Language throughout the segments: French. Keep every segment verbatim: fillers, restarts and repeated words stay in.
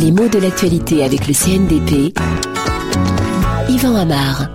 Les mots de l'actualité avec le C N D P. Yvan Amar.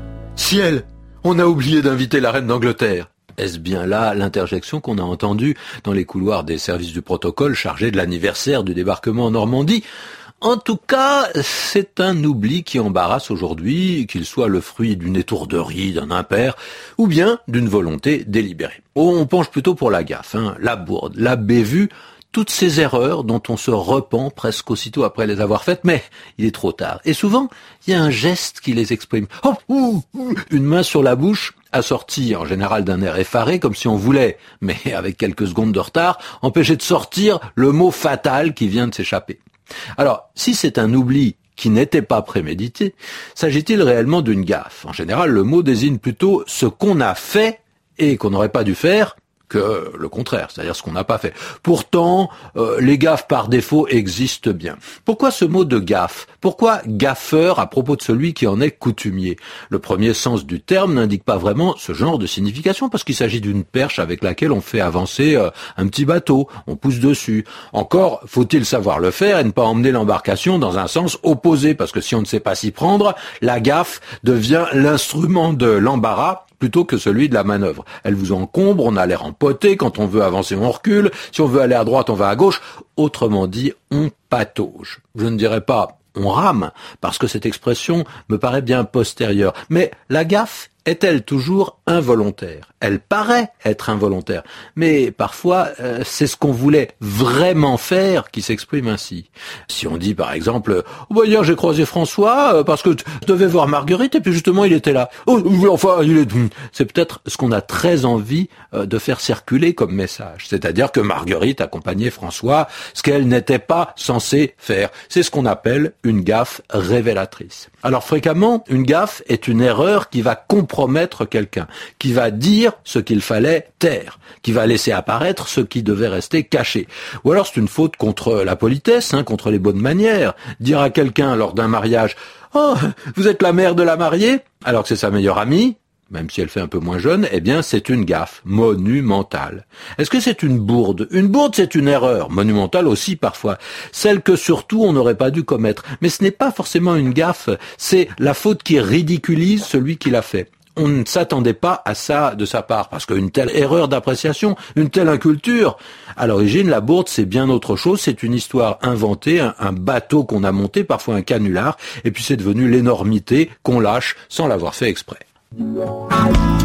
Ciel, on a oublié d'inviter la reine d'Angleterre. Est-ce bien là l'interjection qu'on a entendue dans les couloirs des services du protocole chargés de l'anniversaire du débarquement en Normandie ? En tout cas, c'est un oubli qui embarrasse aujourd'hui, qu'il soit le fruit d'une étourderie, d'un impair, ou bien d'une volonté délibérée. Oh, on penche plutôt pour la gaffe, hein, la bourde, la bévue, toutes ces erreurs dont on se repent presque aussitôt après les avoir faites, mais il est trop tard. Et souvent, il y a un geste qui les exprime. Oh, ouh, ouh, une main sur la bouche, assortie en général d'un air effaré, comme si on voulait, mais avec quelques secondes de retard, empêcher de sortir le mot fatal qui vient de s'échapper. Alors, si c'est un oubli qui n'était pas prémédité, s'agit-il réellement d'une gaffe ? En général, le mot désigne plutôt ce qu'on a fait et qu'on n'aurait pas dû faire, que le contraire, c'est-à-dire ce qu'on n'a pas fait. Pourtant, euh, les gaffes par défaut existent bien. Pourquoi ce mot de gaffe ? Pourquoi gaffeur à propos de celui qui en est coutumier ? Le premier sens du terme n'indique pas vraiment ce genre de signification, parce qu'il s'agit d'une perche avec laquelle on fait avancer euh, un petit bateau, on pousse dessus. Encore faut-il savoir le faire et ne pas emmener l'embarcation dans un sens opposé, parce que si on ne sait pas s'y prendre, la gaffe devient l'instrument de l'embarras plutôt que celui de la manœuvre. Elle vous encombre, on a l'air empoté, quand on veut avancer on recule, si on veut aller à droite on va à gauche, autrement dit on patauge. Je ne dirais pas on rame, parce que cette expression me paraît bien postérieure, mais la gaffe est-elle toujours involontaire ? Elle paraît être involontaire, mais parfois euh, c'est ce qu'on voulait vraiment faire qui s'exprime ainsi. Si on dit par exemple oh, bah, « hier j'ai croisé François euh, parce que je devais voir Marguerite et puis justement il était là. Oh, enfin, il est... » C'est peut-être ce qu'on a très envie euh, de faire circuler comme message, c'est-à-dire que Marguerite accompagnait François, ce qu'elle n'était pas censée faire. C'est ce qu'on appelle une gaffe révélatrice. Alors fréquemment, une gaffe est une erreur qui va compromettre quelqu'un, qui va dire ce qu'il fallait taire, qui va laisser apparaître ce qui devait rester caché. Ou alors c'est une faute contre la politesse, hein, contre les bonnes manières. Dire à quelqu'un lors d'un mariage « Oh, vous êtes la mère de la mariée ?» alors que c'est sa meilleure amie, même si elle fait un peu moins jeune, eh bien c'est une gaffe monumentale. Est-ce que c'est une bourde ? Une bourde, c'est une erreur, monumentale aussi parfois, celle que surtout on n'aurait pas dû commettre. Mais ce n'est pas forcément une gaffe, c'est la faute qui ridiculise celui qui l'a fait. On ne s'attendait pas à ça de sa part, parce qu'une telle erreur d'appréciation, une telle inculture, à l'origine, la bourde, c'est bien autre chose, c'est une histoire inventée, un, un bateau qu'on a monté, parfois un canular, et puis c'est devenu l'énormité qu'on lâche sans l'avoir fait exprès.